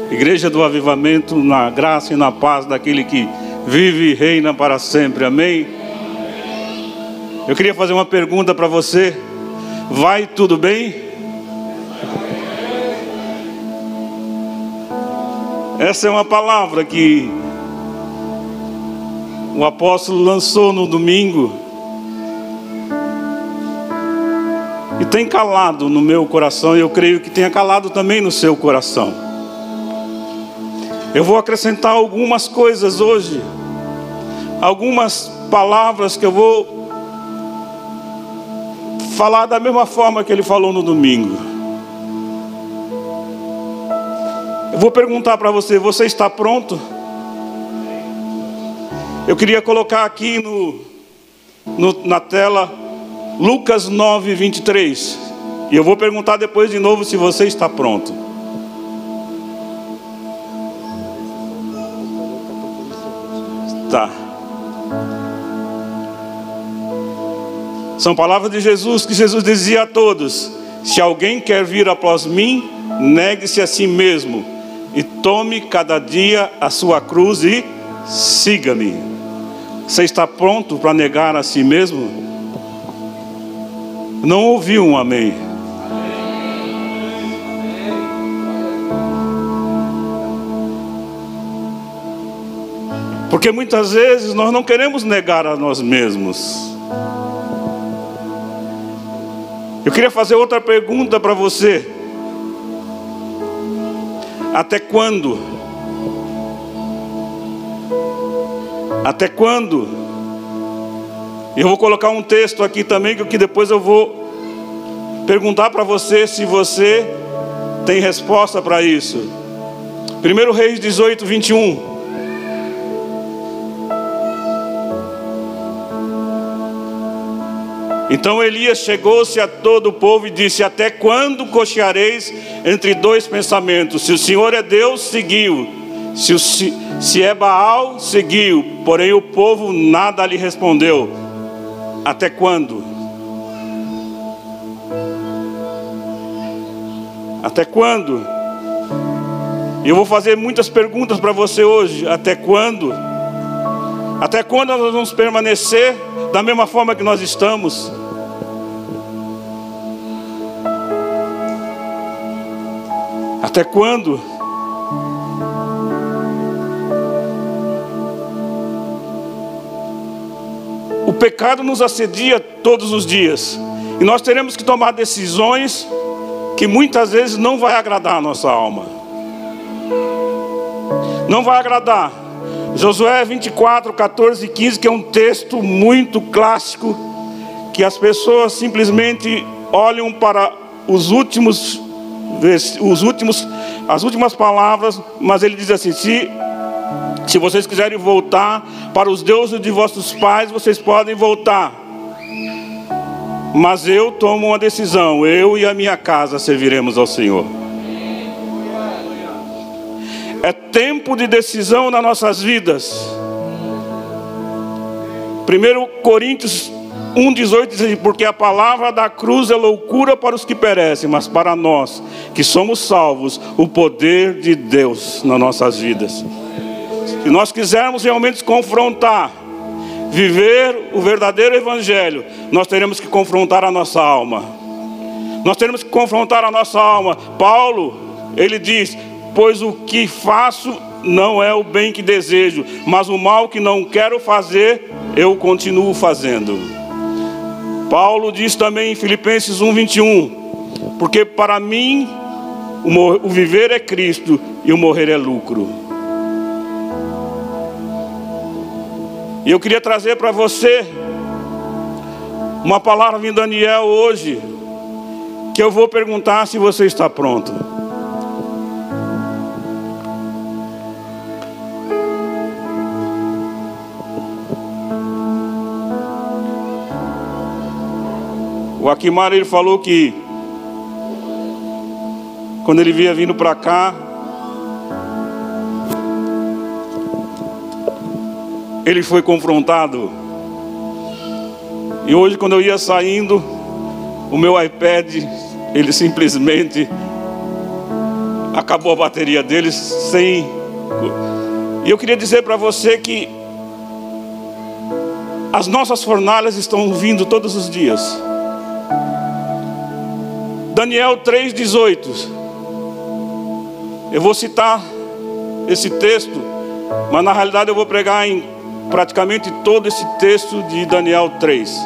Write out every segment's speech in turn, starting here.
Igreja do Avivamento, na graça e na paz daquele que vive e reina para sempre, amém? Eu queria fazer uma pergunta para você. Vai tudo bem? Essa é uma palavra que o apóstolo lançou no domingo e tem calado no meu coração, e eu creio que tenha calado também no seu coração. Eu vou acrescentar algumas coisas hoje, algumas palavras que eu vou falar da mesma forma que ele falou no domingo. Eu vou perguntar para você: você está pronto? Eu queria colocar aqui na tela Lucas 9, 23. E eu vou perguntar depois de novo se você está pronto. Tá. São palavras de Jesus, que Jesus dizia a todos: se alguém quer vir após mim, negue-se a si mesmo e tome cada dia a sua cruz e siga-me. Você está pronto para negar a si mesmo? Não ouvi um amém. Porque muitas vezes nós não queremos negar a nós mesmos. Eu queria fazer outra pergunta para você. Até quando? Até quando? Eu vou colocar um texto aqui também, que depois eu vou perguntar para você se você tem resposta para isso. 1 Reis 18, 21. Então Elias chegou-se a todo o povo e disse: até quando cocheareis entre dois pensamentos? Se o Senhor é Deus, seguiu. Se é Baal, seguiu. Porém o povo nada lhe respondeu. Até quando? Até quando? Eu vou fazer muitas perguntas para você hoje. Até quando? Até quando nós vamos permanecer da mesma forma que nós estamos? Até quando? O pecado nos assedia todos os dias, e nós teremos que tomar decisões que muitas vezes não vai agradar a nossa alma. Não vai agradar. Josué 24, 14 e 15, que é um texto muito clássico, que as pessoas simplesmente olham para as últimas palavras, mas ele diz assim: se vocês quiserem voltar para os deuses de vossos pais, vocês podem voltar, mas eu tomo uma decisão: eu e a minha casa serviremos ao Senhor. É tempo de decisão nas nossas vidas. 1 Coríntios 1,18 diz assim: porque a palavra da cruz é loucura para os que perecem, mas para nós que somos salvos, o poder de Deus nas nossas vidas. Se nós quisermos realmente confrontar, viver o verdadeiro evangelho, nós teremos que confrontar a nossa alma. Nós teremos que confrontar a nossa alma. Paulo, ele diz: pois o que faço não é o bem que desejo, mas o mal que não quero fazer, eu continuo fazendo. Paulo diz também em Filipenses 1:21, porque para mim o viver é Cristo e o morrer é lucro. E eu queria trazer para você uma palavra em Daniel hoje, que eu vou perguntar se você está pronto. O Akimar, ele falou que quando ele vinha vindo para cá, ele foi confrontado. E hoje, quando eu ia saindo, o meu iPad, ele simplesmente acabou a bateria deles sem... E eu queria dizer para você que as nossas fornalhas estão vindo todos os dias. Daniel 3,18. Eu vou citar esse texto, mas na realidade eu vou pregar em praticamente todo esse texto de Daniel 3.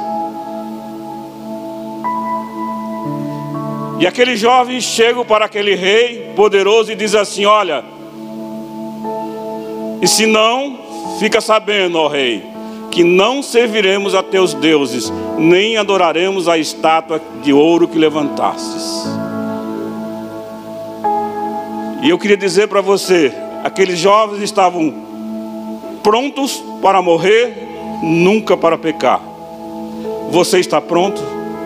E aquele jovem chega para aquele rei poderoso e diz assim: olha, e se não, fica sabendo, ó rei, que não serviremos a teus deuses, nem adoraremos a estátua de ouro que levantastes. E eu queria dizer para você, aqueles jovens estavam prontos para morrer, nunca para pecar. Você está pronto?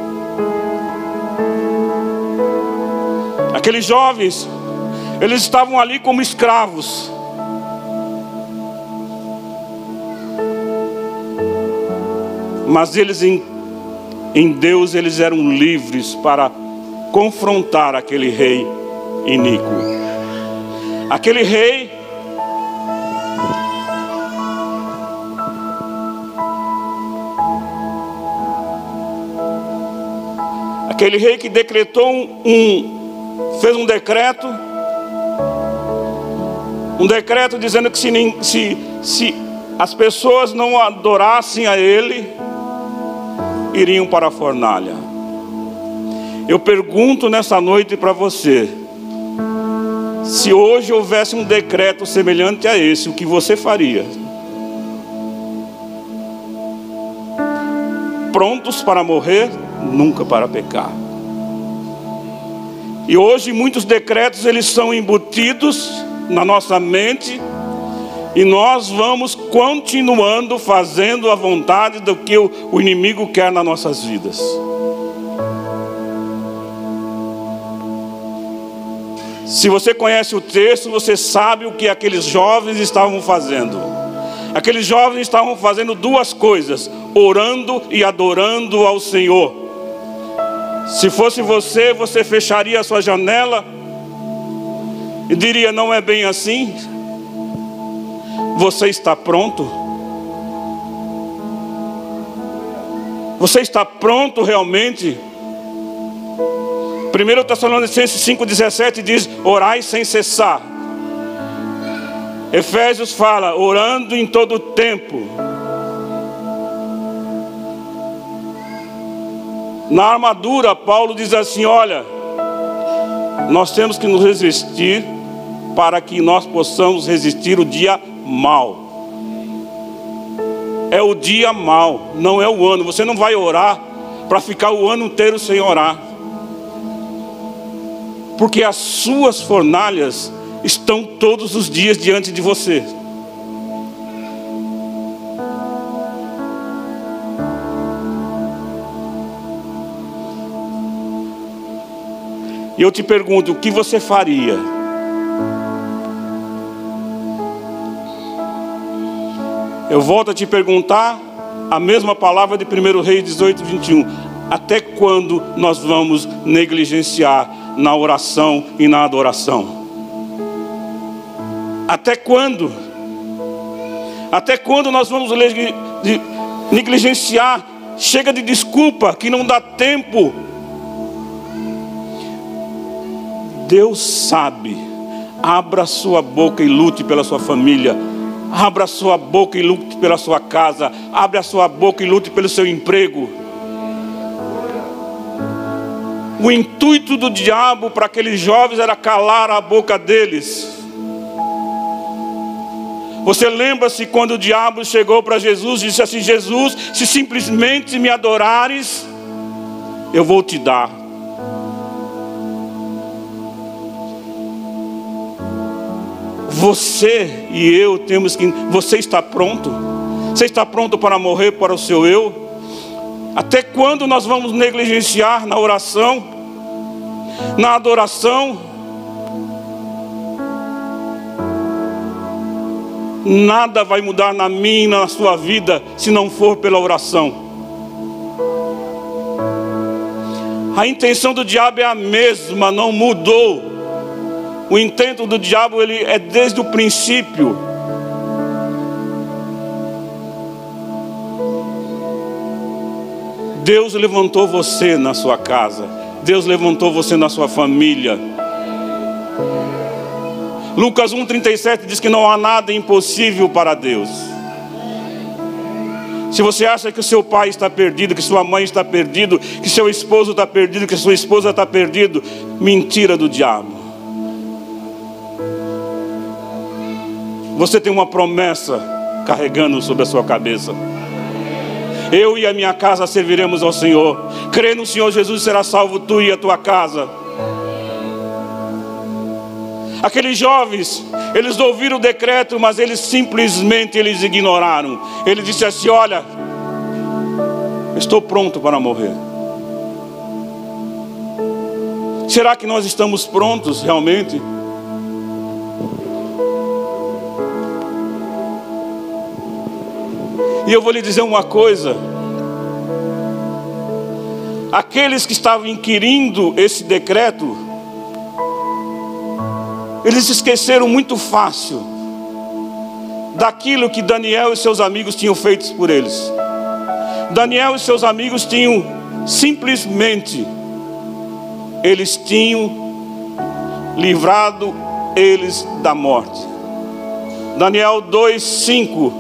Aqueles jovens, eles estavam ali como escravos. Mas eles em Deus eles eram livres para confrontar aquele rei iníquo. Aquele rei que decretou fez um decreto dizendo que se as pessoas não adorassem a ele, iriam para a fornalha. Eu pergunto nessa noite para você, se hoje houvesse um decreto semelhante a esse, o que você faria? Prontos para morrer, nunca para pecar. E hoje muitos decretos eles são embutidos na nossa mente, e nós vamos continuando fazendo a vontade do que o inimigo quer nas nossas vidas. Se você conhece o texto, você sabe o que aqueles jovens estavam fazendo. Aqueles jovens estavam fazendo duas coisas: orando e adorando ao Senhor. Se fosse você, você fecharia a sua janela e diria: não é bem assim? Você está pronto? Você está pronto realmente? 1 Tessalonicenses 5,17 diz: orai sem cessar. Efésios fala: orando em todo o tempo. Na armadura, Paulo diz assim: olha, nós temos que nos resistir para que nós possamos resistir o dia mau. É o dia mau, não é o ano. Você não vai orar para ficar o ano inteiro sem orar, porque as suas fornalhas estão todos os dias diante de você. E eu te pergunto, o que você faria? Eu volto a te perguntar a mesma palavra de 1 Reis 18, 21. Até quando nós vamos negligenciar na oração e na adoração? Até quando? Até quando nós vamos negligenciar? Chega de desculpa que não dá tempo. Deus sabe. Abra sua boca e lute pela sua família. Abra sua boca e lute pela sua casa. Abra a sua boca e lute pelo seu emprego. O intuito do diabo para aqueles jovens era calar a boca deles. Você lembra-se quando o diabo chegou para Jesus e disse assim: Jesus, se simplesmente me adorares, eu vou te dar. Você e eu temos que... Você está pronto? Você está pronto para morrer para o seu eu? Até quando nós vamos negligenciar na oração, na adoração? Nada vai mudar na minha e na sua vida se não for pela oração. A intenção do diabo é a mesma, não mudou. O intento do diabo, ele é desde o princípio. Deus levantou você na sua casa. Deus levantou você na sua família. Lucas 1,37 diz que não há nada impossível para Deus. Se você acha que o seu pai está perdido, que sua mãe está perdido, que seu esposo está perdido, que sua esposa está perdido, mentira do diabo. Você tem uma promessa carregando sobre a sua cabeça. Eu e a minha casa serviremos ao Senhor. Crê no Senhor Jesus, será salvo tu e a tua casa. Aqueles jovens, eles ouviram o decreto, mas eles simplesmente ignoraram. Ele disse assim: olha, estou pronto para morrer. Será que nós estamos prontos realmente? E eu vou lhe dizer uma coisa: aqueles que estavam inquirindo esse decreto, eles esqueceram muito fácil daquilo que Daniel e seus amigos tinham feito por eles. Daniel e seus amigos tinham simplesmente, eles tinham livrado eles da morte. Daniel 2:5.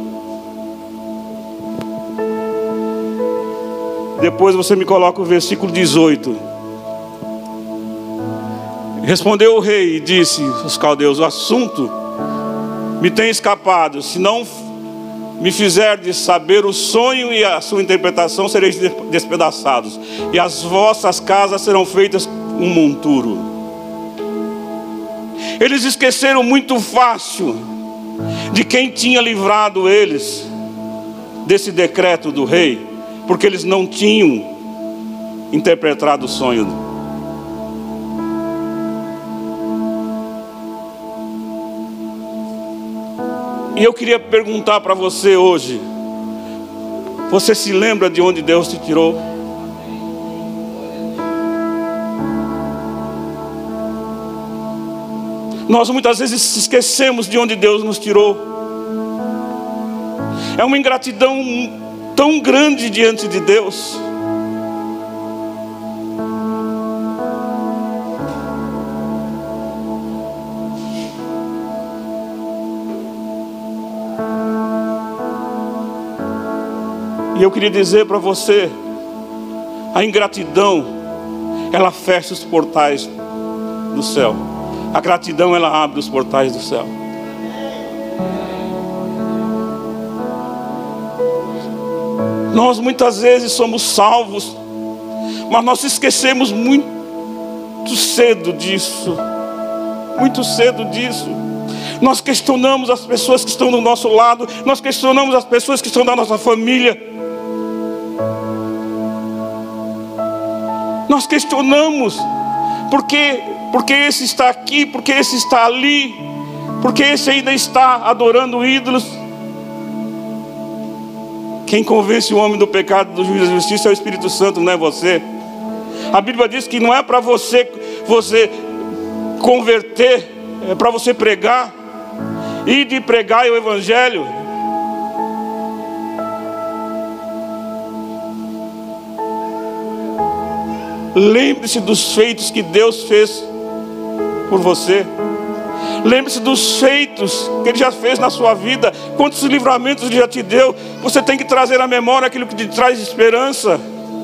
Depois você me coloca o versículo 18. Respondeu o rei e disse aos caldeus: o assunto me tem escapado. Se não me fizerdes saber o sonho e a sua interpretação, sereis despedaçados, e as vossas casas serão feitas um monturo. Eles esqueceram muito fácil de quem tinha livrado eles desse decreto do rei, porque eles não tinham interpretado o sonho. E eu queria perguntar para você hoje: você se lembra de onde Deus te tirou? Nós muitas vezes esquecemos de onde Deus nos tirou. É uma ingratidão tão grande diante de Deus. E eu queria dizer para você: a ingratidão, ela fecha os portais do céu. A gratidão, ela abre os portais do céu. Nós muitas vezes somos salvos, mas nós esquecemos muito cedo disso. Muito cedo disso. Nós questionamos as pessoas que estão do nosso lado. Nós questionamos as pessoas que estão da nossa família. Nós questionamos porque esse está aqui, porque esse está ali, porque esse ainda está adorando ídolos. Quem convence o homem do pecado, do juízo e da justiça é o Espírito Santo, não é você. A Bíblia diz que não é para você converter, é para você pregar. E de pregar o Evangelho. Lembre-se dos feitos que Deus fez por você. Lembre-se dos feitos que Ele já fez na sua vida. Quantos livramentos Ele já te deu. Você tem que trazer à memória aquilo que te traz esperança.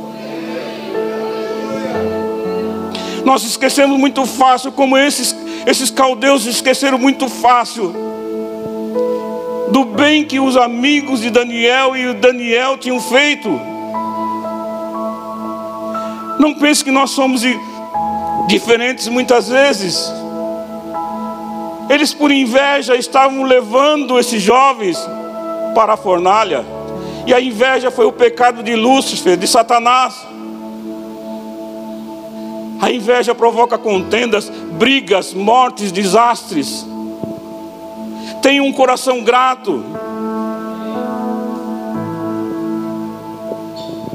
Nós esquecemos muito fácil, como esses caldeus esqueceram muito fácil do bem que os amigos de Daniel e o Daniel tinham feito. Não pense que nós somos diferentes muitas vezes. Eles, por inveja, estavam levando esses jovens para a fornalha. E a inveja foi o pecado de Lúcifer, de Satanás. A inveja provoca contendas, brigas, mortes, desastres. Tenha um coração grato.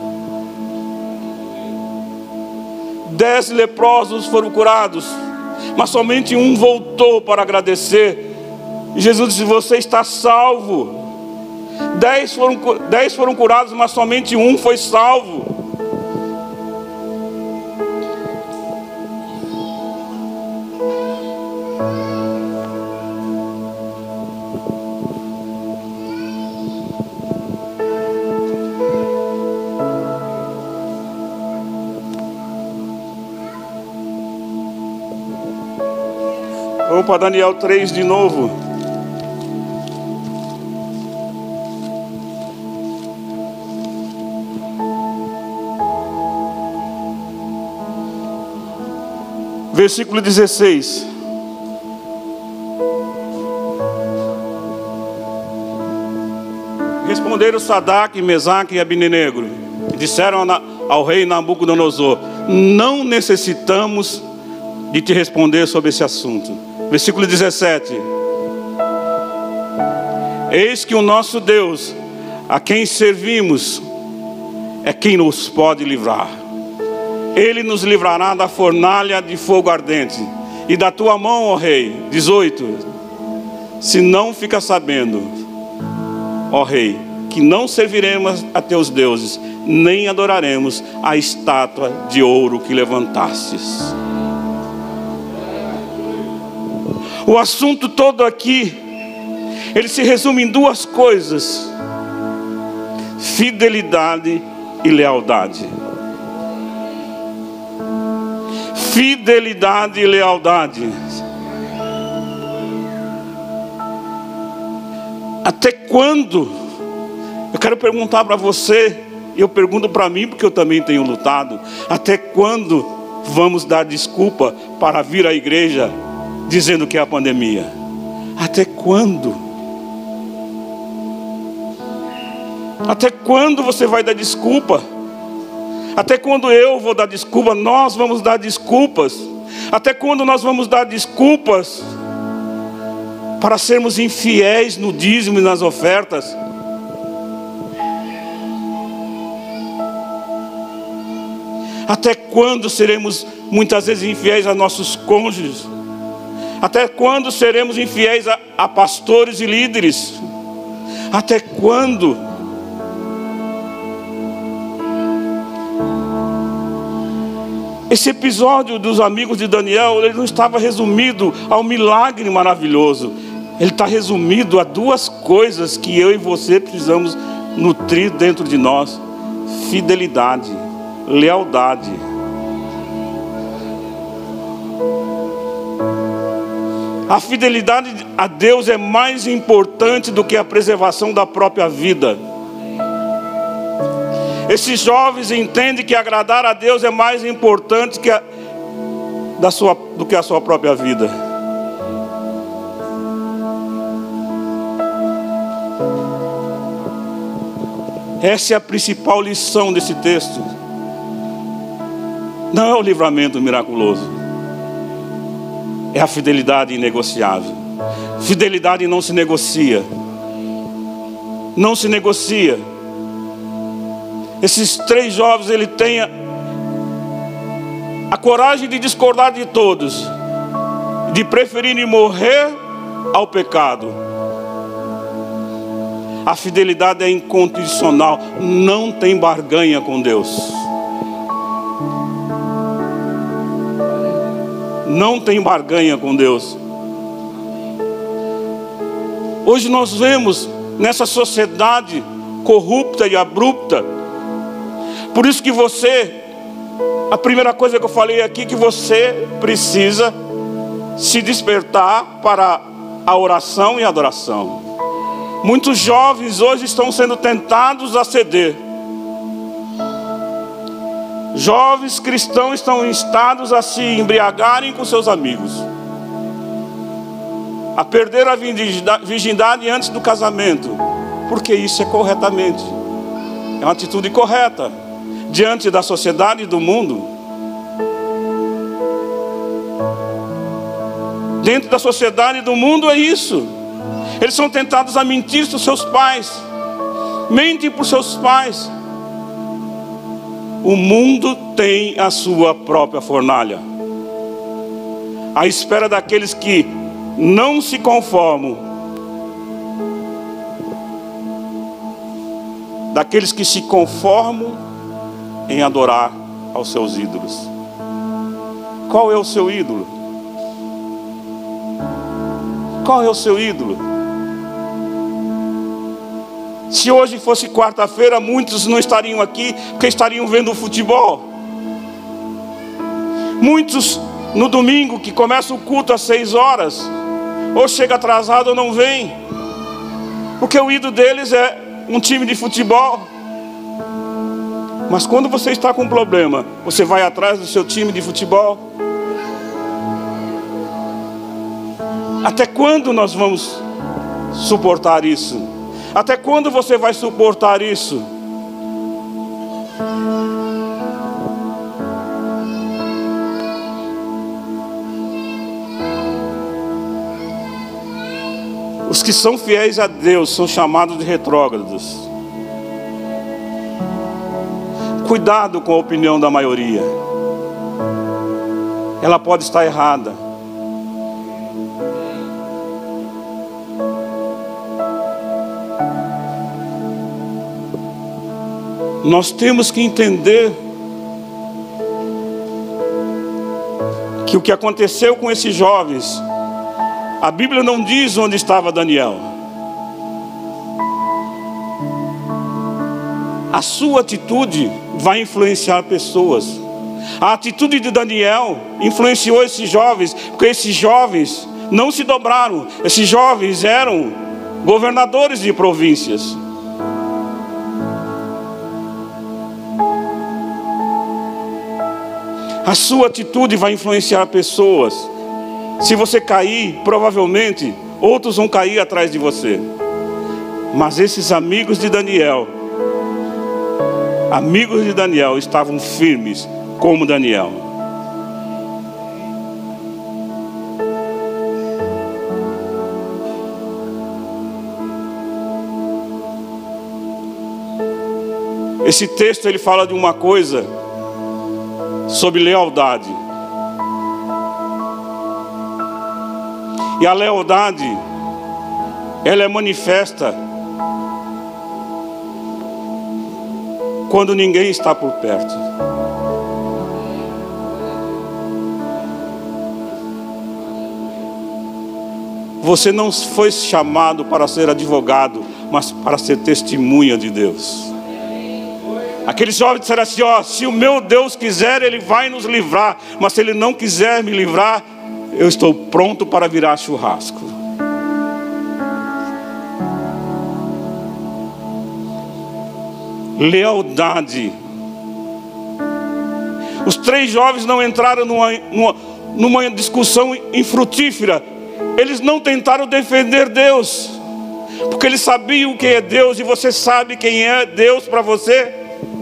Dez leprosos foram curados. mas somente um voltou para agradecer. E Jesus disse: você está salvo. 10 foram curados, mas somente um foi salvo. Vamos para Daniel 3 de novo. Versículo 16. Responderam Sadraque, Mesaque e Abednego e disseram ao rei Nabucodonosor: não necessitamos de te responder sobre esse assunto. Versículo 17. Eis que o nosso Deus, a quem servimos, é quem nos pode livrar. Ele nos livrará da fornalha de fogo ardente e da tua mão, ó rei. 18. Se não fica sabendo, ó rei, que não serviremos a teus deuses, nem adoraremos a estátua de ouro que levantastes. O assunto todo aqui, ele se resume em duas coisas: fidelidade e lealdade. Fidelidade e lealdade. Até quando? Eu quero perguntar para você, e eu pergunto para mim porque eu também tenho lutado. Até quando vamos dar desculpa para vir à igreja dizendo que é a pandemia? Até quando? Até quando você vai dar desculpa? Até quando eu vou dar desculpa? Nós vamos dar desculpas. Até quando nós vamos dar desculpas para sermos infiéis no dízimo e nas ofertas? Até quando seremos muitas vezes infiéis a nossos cônjuges? Até quando seremos infiéis a pastores e líderes? Até quando? Esse episódio dos amigos de Daniel, ele não estava resumido ao milagre maravilhoso. Ele está resumido a duas coisas que eu e você precisamos nutrir dentro de nós: fidelidade, lealdade. A fidelidade a Deus é mais importante do que a preservação da própria vida. Esses jovens entendem que agradar a Deus é mais importante do que a sua própria vida. Essa é a principal lição desse texto. Não é o livramento miraculoso, é a fidelidade inegociável. Fidelidade não se negocia. Não se negocia. Esses três jovens, ele tem a coragem de discordar de todos, de preferirem morrer ao pecado. A fidelidade é incondicional, não tem barganha com Deus. Não tem barganha com Deus. Hoje nós vemos nessa sociedade corrupta e abrupta. Por isso que a primeira coisa que eu falei aqui, que você precisa se despertar para a oração e a adoração. Muitos jovens hoje estão sendo tentados a ceder. Jovens cristãos estão instados a se embriagarem com seus amigos, a perder a virgindade antes do casamento, porque isso é corretamente, é uma atitude correta diante da sociedade e do mundo. Dentro da sociedade e do mundo é isso. Eles são tentados a mentir para os seus pais, mentem para os seus pais. O mundo tem a sua própria fornalha. à espera daqueles que não se conformam, daqueles que se conformam em adorar aos seus ídolos. Qual é o seu ídolo? Qual é o seu ídolo? Se hoje fosse quarta-feira, muitos não estariam aqui porque estariam vendo o futebol. Muitos no domingo, que começa o culto às 6 horas, ou chega atrasado ou não vem, porque o ídolo deles é um time de futebol. Mas quando você está com um problema, você vai atrás do seu time de futebol? Até quando nós vamos suportar isso? Até quando você vai suportar isso? Os que são fiéis a Deus são chamados de retrógrados. Cuidado com a opinião da maioria. Ela pode estar errada. Nós temos que entender que o que aconteceu com esses jovens, a Bíblia não diz onde estava Daniel. A sua atitude vai influenciar pessoas. A atitude de Daniel influenciou esses jovens, porque esses jovens não se dobraram. Esses jovens eram governadores de províncias. A sua atitude vai influenciar pessoas. Se você cair, provavelmente outros vão cair atrás de você. Mas esses amigos de Daniel estavam firmes como Daniel. Esse texto ele fala de uma coisa sobre lealdade. E a lealdade, ela é manifesta quando ninguém está por perto. Você não foi chamado para ser advogado, mas para ser testemunha de Deus. Aqueles jovens disseram assim: ó, se o meu Deus quiser, Ele vai nos livrar. Mas se Ele não quiser me livrar, eu estou pronto para virar churrasco. Lealdade. Os 3 jovens não entraram numa discussão infrutífera. Eles não tentaram defender Deus, porque eles sabiam o que é Deus. E você sabe quem é Deus para você?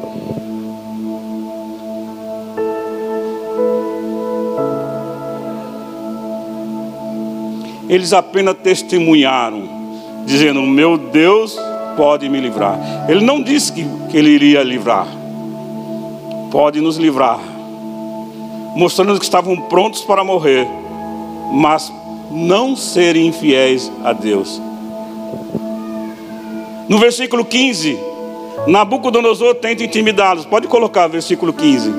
Eles apenas testemunharam, dizendo: meu Deus pode me livrar. Ele não disse que Ele iria livrar. Pode nos livrar, mostrando que estavam prontos para morrer, mas não serem infiéis a Deus. No versículo 15, Nabucodonosor tenta intimidá-los. Pode colocar versículo 15.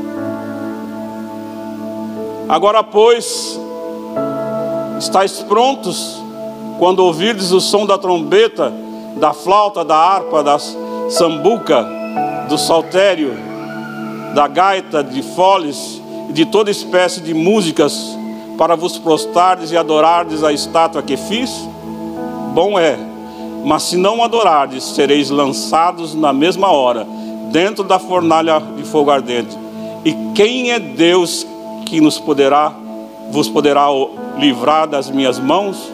Agora, pois, estáis prontos quando ouvirdes o som da trombeta, da flauta, da harpa, da sambuca, do saltério, da gaita, de foles e de toda espécie de músicas, para vos prostrardes e adorardes a estátua que fiz? Bom é, mas se não adorardes, sereis lançados na mesma hora dentro da fornalha de fogo ardente. E quem é Deus que vos poderá livrar das minhas mãos?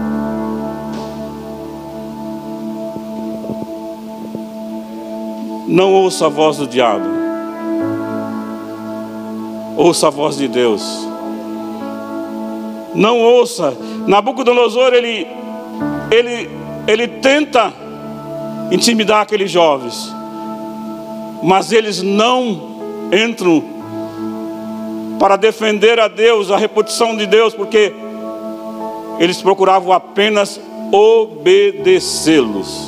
Não ouça a voz do diabo, ouça a voz de Deus. Não ouça. Nabucodonosor, ele tenta intimidar aqueles jovens, mas eles não entram para defender a Deus, a reputação de Deus, porque eles procuravam apenas obedecê-los.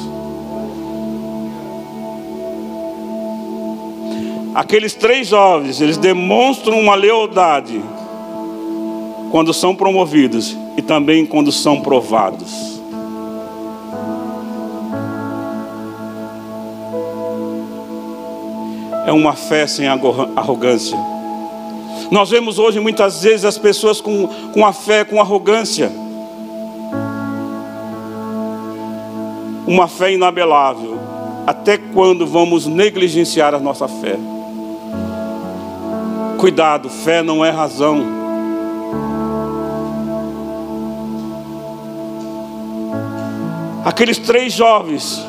Aqueles 3 jovens, eles demonstram uma lealdade quando são promovidos e também quando são provados. É uma fé sem arrogância. Nós vemos hoje muitas vezes as pessoas com a fé, com arrogância. Uma fé inabelável. Até quando vamos negligenciar a nossa fé? Cuidado, fé não é razão. Aqueles 3 jovens,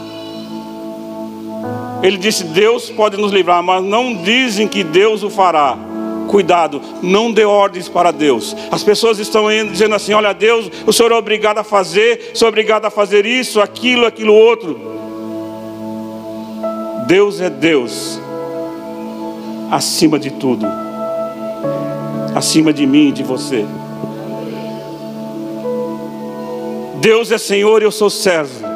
ele disse: Deus pode nos livrar, mas não dizem que Deus o fará. Cuidado, não dê ordens para Deus. As pessoas estão indo dizendo assim: olha, Deus, o Senhor é obrigado a fazer, o Senhor é obrigado a fazer isso, aquilo outro. Deus é Deus, acima de tudo, acima de mim e de você. Deus é Senhor e eu sou servo.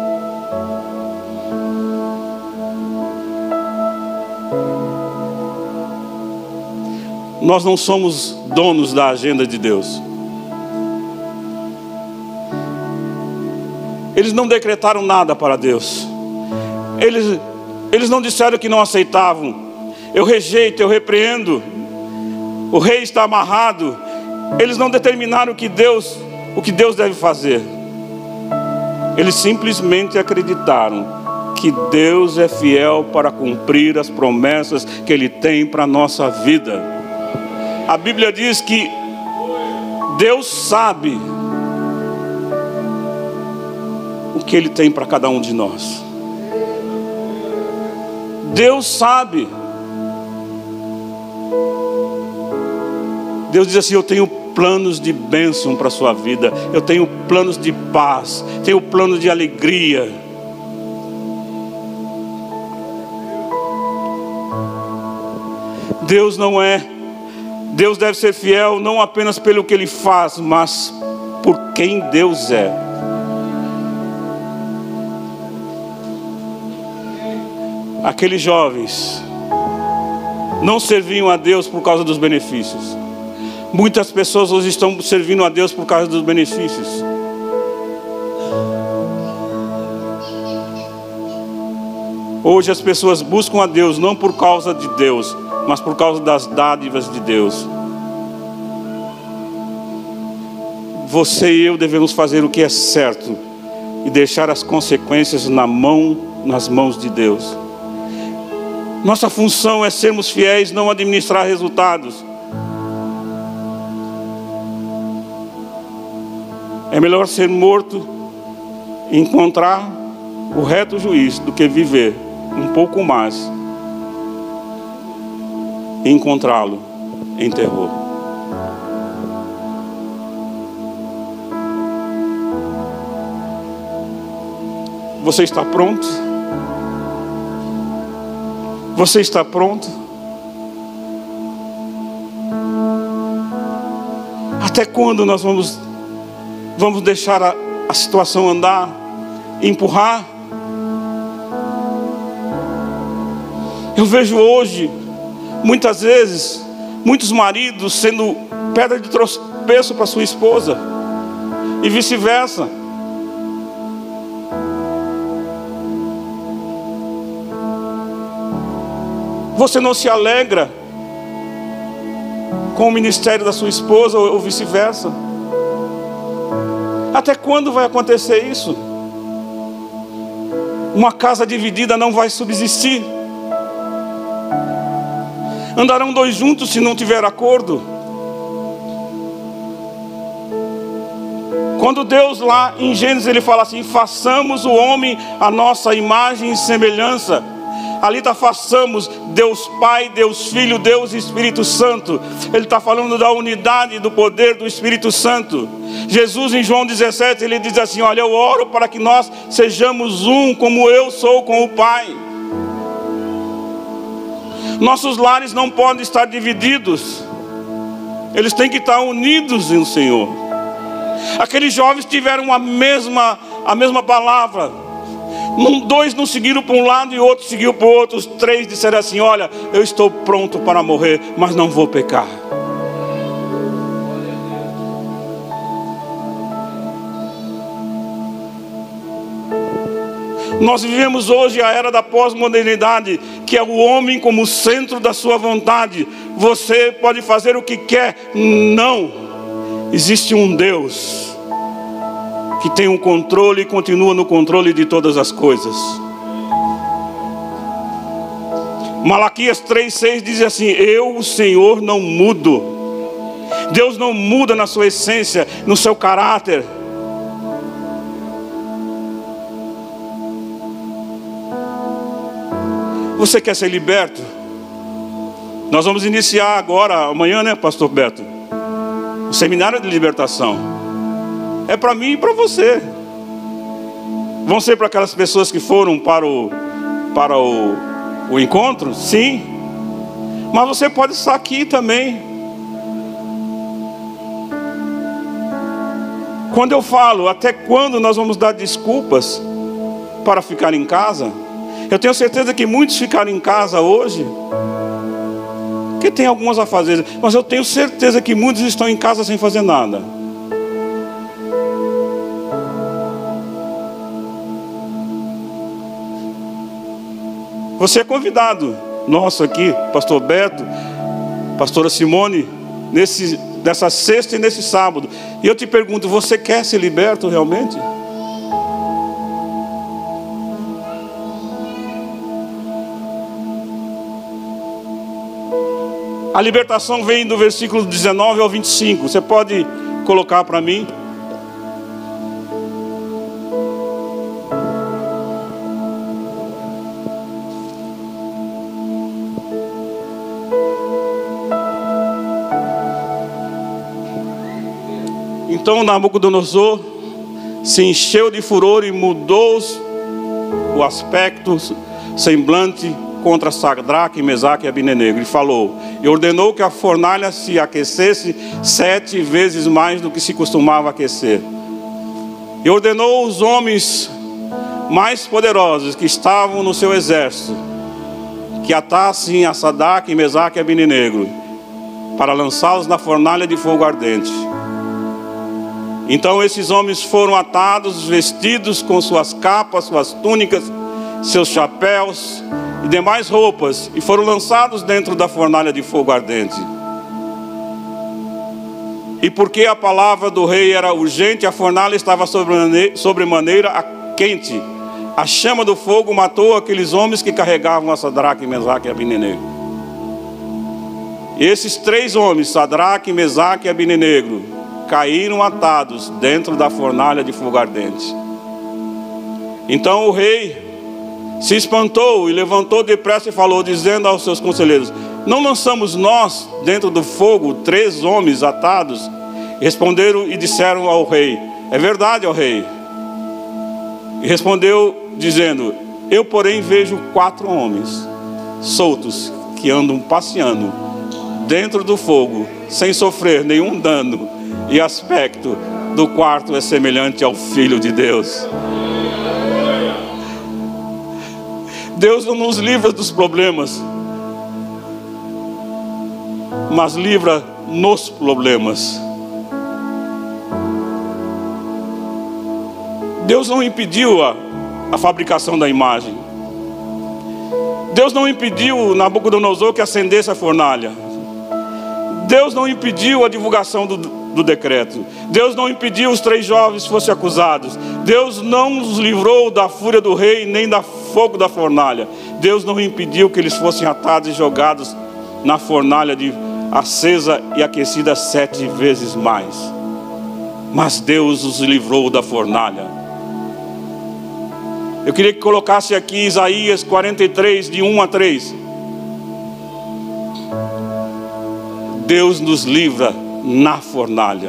Nós não somos donos da agenda de Deus. Eles não decretaram nada para Deus. Eles não disseram que não aceitavam. Eu rejeito, eu repreendo. O rei está amarrado. Eles não determinaram o que Deus deve fazer. Eles simplesmente acreditaram que Deus é fiel para cumprir as promessas que Ele tem para a nossa vida. A Bíblia diz que Deus sabe o que Ele tem para cada um de nós. Deus sabe. Deus diz assim: eu tenho planos de bênção para a sua vida. Eu tenho planos de paz. Tenho planos de alegria. Deus deve ser fiel não apenas pelo que Ele faz, mas por quem Deus é. Aqueles jovens não serviam a Deus por causa dos benefícios. Muitas pessoas hoje estão servindo a Deus por causa dos benefícios. Hoje as pessoas buscam a Deus não por causa de Deus, mas por causa das dádivas de Deus. Você e eu devemos fazer o que é certo e deixar as consequências nas mãos de Deus. Nossa função é sermos fiéis, não administrar resultados. É melhor ser morto e encontrar o reto juiz do que viver um pouco mais e encontrá-lo em terror. Você está pronto? Você está pronto? Até quando nós vamos deixar a situação andar, empurrar? Eu vejo hoje, muitas vezes, muitos maridos sendo pedra de tropeço para sua esposa e vice-versa. Você não se alegra com o ministério da sua esposa ou vice-versa? Até quando vai acontecer isso? Uma casa dividida não vai subsistir. Andarão 2 juntos se não tiver acordo. Quando Deus lá em Gênesis ele fala assim: façamos o homem a nossa imagem e semelhança. Ali está façamos Deus Pai, Deus Filho, Deus Espírito Santo. Ele está falando da unidade do poder do Espírito Santo. Jesus em João 17 ele diz assim: olha, eu oro para que nós sejamos um como eu sou com o Pai. Nossos lares não podem estar divididos. Eles têm que estar unidos no Senhor. Aqueles jovens tiveram a mesma palavra. Dois não seguiram para um lado e o outro seguiu para o outro. Os três disseram assim: olha, eu estou pronto para morrer, mas não vou pecar. Nós vivemos hoje a era da pós-modernidade, que é o homem como centro da sua vontade. Você pode fazer o que quer. Não. Existe um Deus que tem um controle e continua no controle de todas as coisas. Malaquias 3,6 diz assim: eu, o Senhor, não mudo. Deus não muda na sua essência, no seu caráter. Você quer ser liberto? Nós vamos iniciar agora, amanhã, né, pastor Beto? O seminário de libertação. É para mim e para você. Vão ser para aquelas pessoas que foram para o encontro? Sim. Mas você pode estar aqui também. Quando eu falo, até quando nós vamos dar desculpas para ficar em casa? Eu tenho certeza que muitos ficaram em casa hoje, porque tem algumas afazeres, mas eu tenho certeza que muitos estão em casa sem fazer nada. Você é convidado, nosso aqui, pastor Beto, pastora Simone, nessa sexta e nesse sábado. E eu te pergunto, você quer ser liberto realmente? A libertação vem do versículo 19 ao 25. Você pode colocar para mim? Então Nabucodonosor se encheu de furor e mudou o aspecto, semblante, contra Sadraque, Mesaque e Abednego, e falou, e ordenou que a fornalha se aquecesse 7 vezes mais do que se costumava aquecer. E ordenou os homens mais poderosos que estavam no seu exército, que atassem a Sadraque, Mesaque e Abednego, para lançá-los na fornalha de fogo ardente. Então esses homens foram atados, vestidos com suas capas, suas túnicas, seus chapéus e demais roupas, e foram lançados dentro da fornalha de fogo ardente. E porque a palavra do rei era urgente, a fornalha estava sobremaneira quente. A chama do fogo matou aqueles homens que carregavam a Sadraque, Mesaque e Abednego. E esses 3 homens, Sadraque, Mesaque e Abednego, caíram atados dentro da fornalha de fogo ardente. Então o rei se espantou e levantou depressa e falou, dizendo aos seus conselheiros, não lançamos nós dentro do fogo 3 homens atados? Responderam e disseram ao rei, é verdade, ó rei. E respondeu dizendo, eu porém vejo 4 homens soltos que andam passeando dentro do fogo sem sofrer nenhum dano, e aspecto do quarto é semelhante ao Filho de Deus. Deus não nos livra dos problemas, mas livra nos problemas. Deus não impediu a fabricação da imagem. Deus não impediu Nabucodonosor que acendesse a fornalha. Deus não impediu a divulgação do decreto. Deus não impediu os 3 jovens fossem acusados. Deus não os livrou da fúria do rei, nem da fogo da fornalha. Deus não impediu que eles fossem atados e jogados na fornalha acesa e aquecida 7 vezes mais. Mas Deus os livrou da fornalha. Eu queria que colocasse aqui Isaías 43, de 1 a 3. Deus nos livra na fornalha.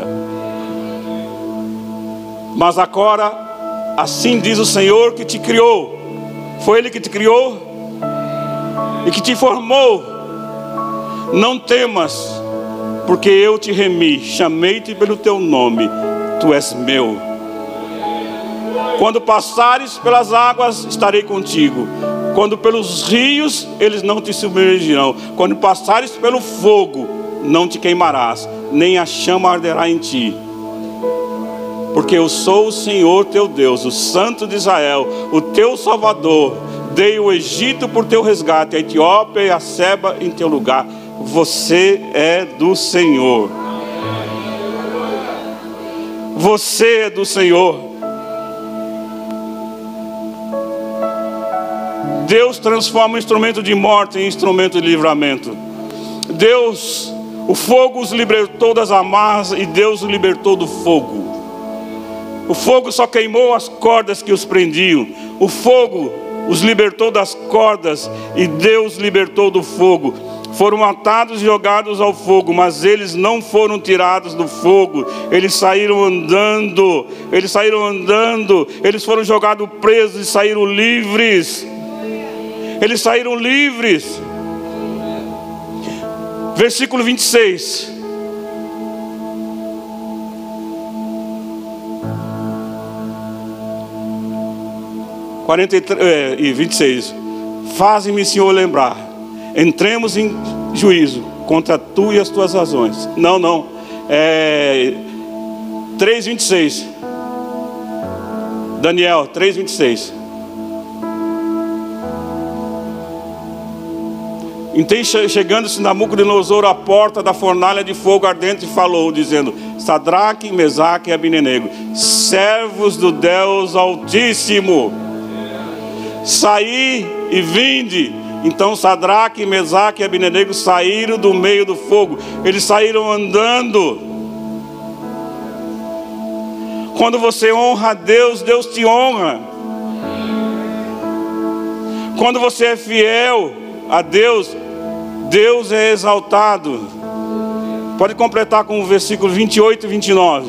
Mas agora, assim diz o Senhor que te criou. Foi Ele que te criou e que te formou. Não temas, porque eu te remi, chamei-te pelo teu nome, tu és meu. Quando passares pelas águas, estarei contigo. Quando pelos rios, eles não te submergirão. Quando passares pelo fogo, não te queimarás, nem a chama arderá em ti. Porque eu sou o Senhor teu Deus, o Santo de Israel, o teu Salvador. Dei o Egito por teu resgate, a Etiópia e a Seba em teu lugar. Você é do Senhor. Você é do Senhor. Deus transforma o instrumento de morte em instrumento de livramento. Deus, o fogo os libertou das amarras e Deus os libertou do fogo. O fogo só queimou as cordas que os prendiam. O fogo os libertou das cordas e Deus libertou do fogo. Foram atados e jogados ao fogo, mas eles não foram tirados do fogo. Eles saíram andando. Eles foram jogados presos e saíram livres. Eles saíram livres. Versículo 26. E 26. Faze-me, Senhor, lembrar. Entremos em juízo contra tu e as tuas razões. Não. 3:26. Daniel 3:26. Então, chegando-se Nabucodonosor à porta da fornalha de fogo ardente, falou, dizendo: Sadraque, Mesaque e Abdenego, servos do Deus Altíssimo, saí e vinde. Então Sadraque, Mesaque e Abdenego saíram do meio do fogo. Eles saíram andando. Quando você honra a Deus, Deus te honra. Quando você é fiel a Deus, Deus é exaltado. Pode completar com o versículo 28 e 29.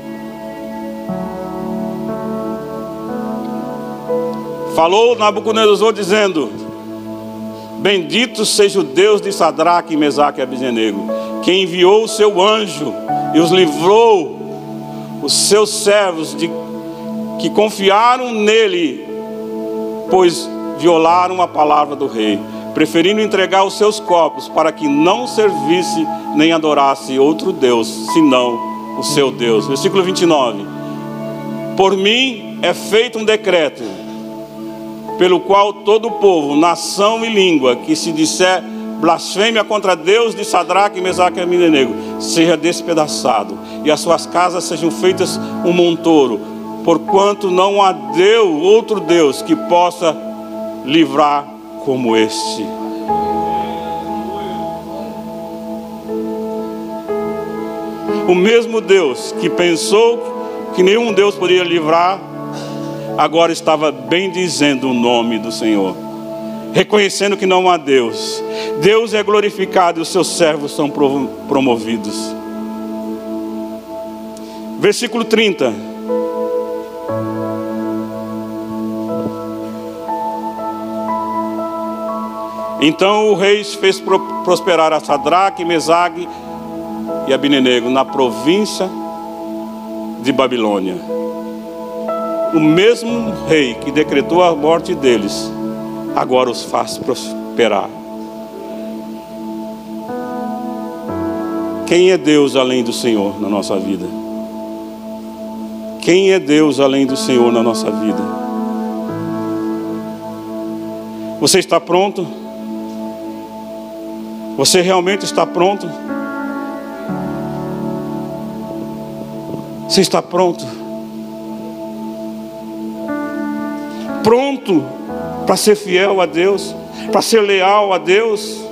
Falou Nabucodonosor dizendo: Bendito seja o Deus de Sadraque, Mesaque e Abdenego, que enviou o seu anjo e os livrou, os seus servos que confiaram nele, pois violaram a palavra do rei, preferindo entregar os seus corpos para que não servisse nem adorasse outro Deus, senão o seu Deus. Versículo 29. Por mim é feito um decreto, pelo qual todo o povo, nação e língua, que se disser blasfêmia contra Deus de Sadraque, Mesaque e Abdenego, seja despedaçado, e as suas casas sejam feitas um montouro, porquanto não há Deus, outro Deus, que possa livrar como este. O mesmo Deus que pensou que nenhum Deus poderia livrar, agora estava bendizendo o nome do Senhor, reconhecendo que não há Deus. Deus é glorificado e os seus servos são promovidos. Versículo 30. Então o rei fez prosperar a Sadraque, Mesaque e Abdenego na província de Babilônia. O mesmo rei que decretou a morte deles, agora os faz prosperar. Quem é Deus além do Senhor na nossa vida? Quem é Deus além do Senhor na nossa vida? Você está pronto? Você realmente está pronto? Você está pronto? Pronto para ser fiel a Deus, para ser leal a Deus?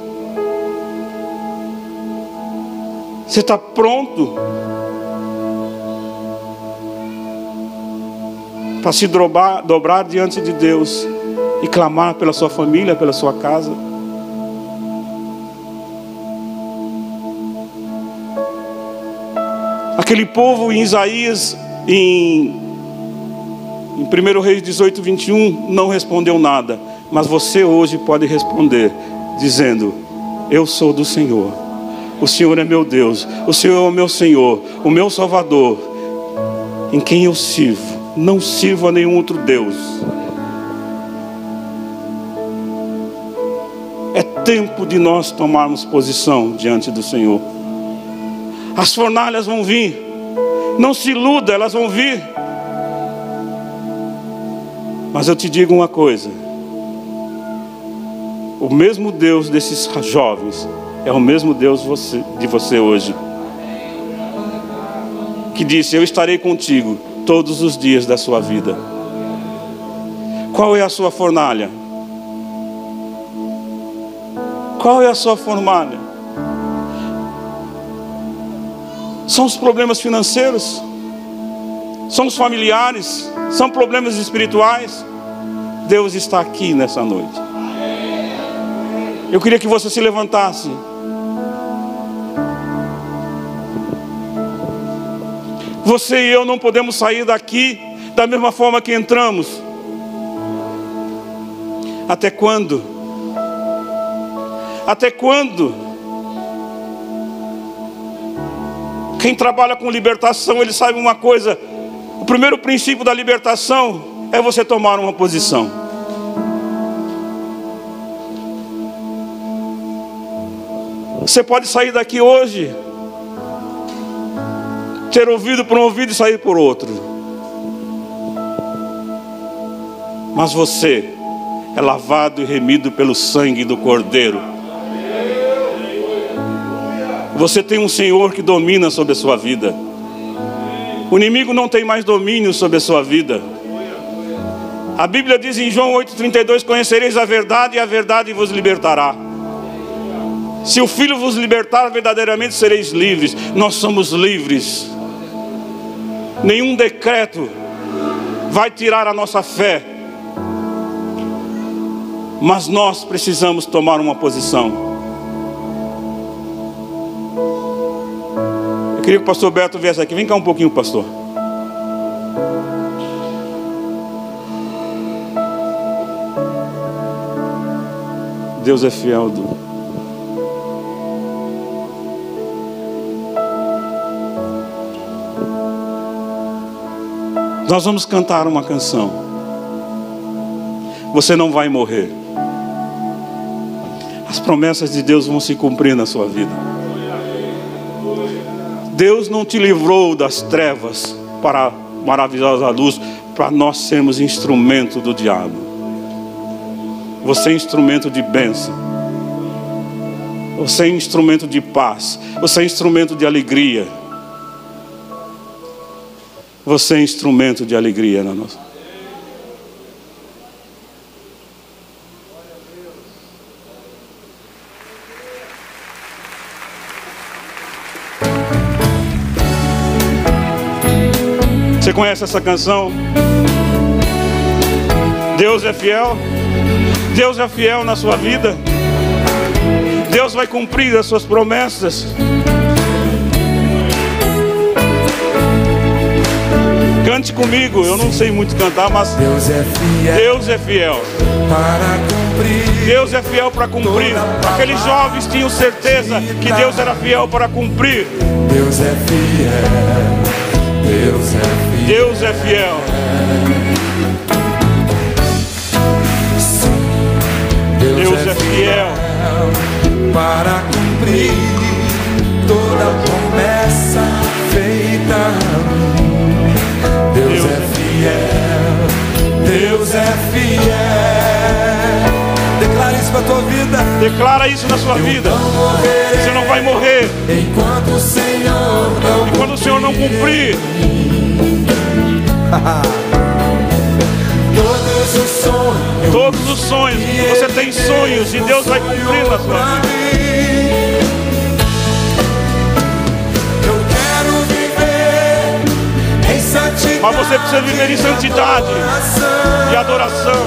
Você está pronto para se dobrar diante de Deus e clamar pela sua família, pela sua casa? Aquele povo em Isaías, em 1 Reis 18, 21, não respondeu nada. Mas você hoje pode responder, dizendo: eu sou do Senhor, o Senhor é meu Deus, o Senhor é o meu Senhor, o meu Salvador, em quem eu sirvo. Não sirvo a nenhum outro Deus. É tempo de nós tomarmos posição diante do Senhor. As fornalhas vão vir. Não se iluda, elas vão vir. Mas eu te digo uma coisa. O mesmo Deus desses jovens é o mesmo Deus de você hoje. Que disse: eu estarei contigo todos os dias da sua vida. Qual é a sua fornalha? Qual é a sua fornalha? São os problemas financeiros? São os familiares? São problemas espirituais? Deus está aqui nessa noite. Eu queria que você se levantasse. Você e eu não podemos sair daqui da mesma forma que entramos. Até quando? Até quando? Quem trabalha com libertação, ele sabe uma coisa. O primeiro princípio da libertação é você tomar uma posição. Você pode sair daqui hoje, ter ouvido por um ouvido e sair por outro. Mas você é lavado e remido pelo sangue do Cordeiro. Você tem um Senhor que domina sobre a sua vida. O inimigo não tem mais domínio sobre a sua vida. A Bíblia diz em João 8,32: conhecereis a verdade e a verdade vos libertará. Se o Filho vos libertar, verdadeiramente sereis livres. Nós somos livres. Nenhum decreto vai tirar a nossa fé. Mas nós precisamos tomar uma posição. Eu queria que o pastor Beto viesse aqui. Vem cá um pouquinho, pastor. Deus é fiel. Nós vamos cantar uma canção. Você não vai morrer. As promessas de Deus vão se cumprir na sua vida. Deus não te livrou das trevas para a maravilhosa luz, para nós sermos instrumento do diabo. Você é instrumento de bênção. Você é instrumento de paz. Você é instrumento de alegria. Você é instrumento de alegria na nossa. Você conhece essa canção? Deus é fiel. Deus é fiel na sua vida. Deus vai cumprir as suas promessas. Cante comigo, eu não sei muito cantar, mas Deus é fiel. Deus é fiel Para cumprir. Deus é fiel para cumprir. Aqueles jovens tinham certeza que Deus era fiel para cumprir. Deus é fiel. Deus é fiel. Deus é fiel. Deus é fiel para cumprir toda promessa feita a mim. Deus é fiel. Deus é fiel. Declara isso para a tua vida. Declara isso na sua vida. Você não vai morrer enquanto o Senhor não cumprir. Todos os sonhos. Você tem sonhos e Deus vai cumprir na sua vida. Eu quero viver em santidade. Mas você precisa viver em santidade e adoração.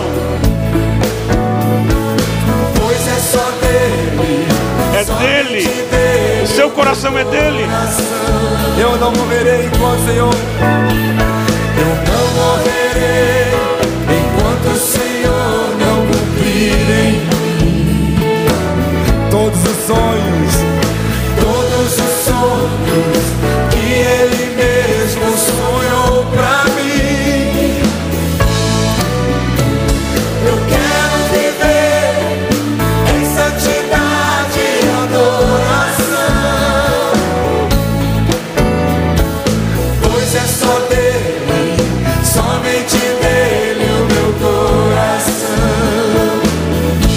Pois é só dele. É dele. O seu coração é dele. Eu não morrerei com o Senhor. Eu não morrerei.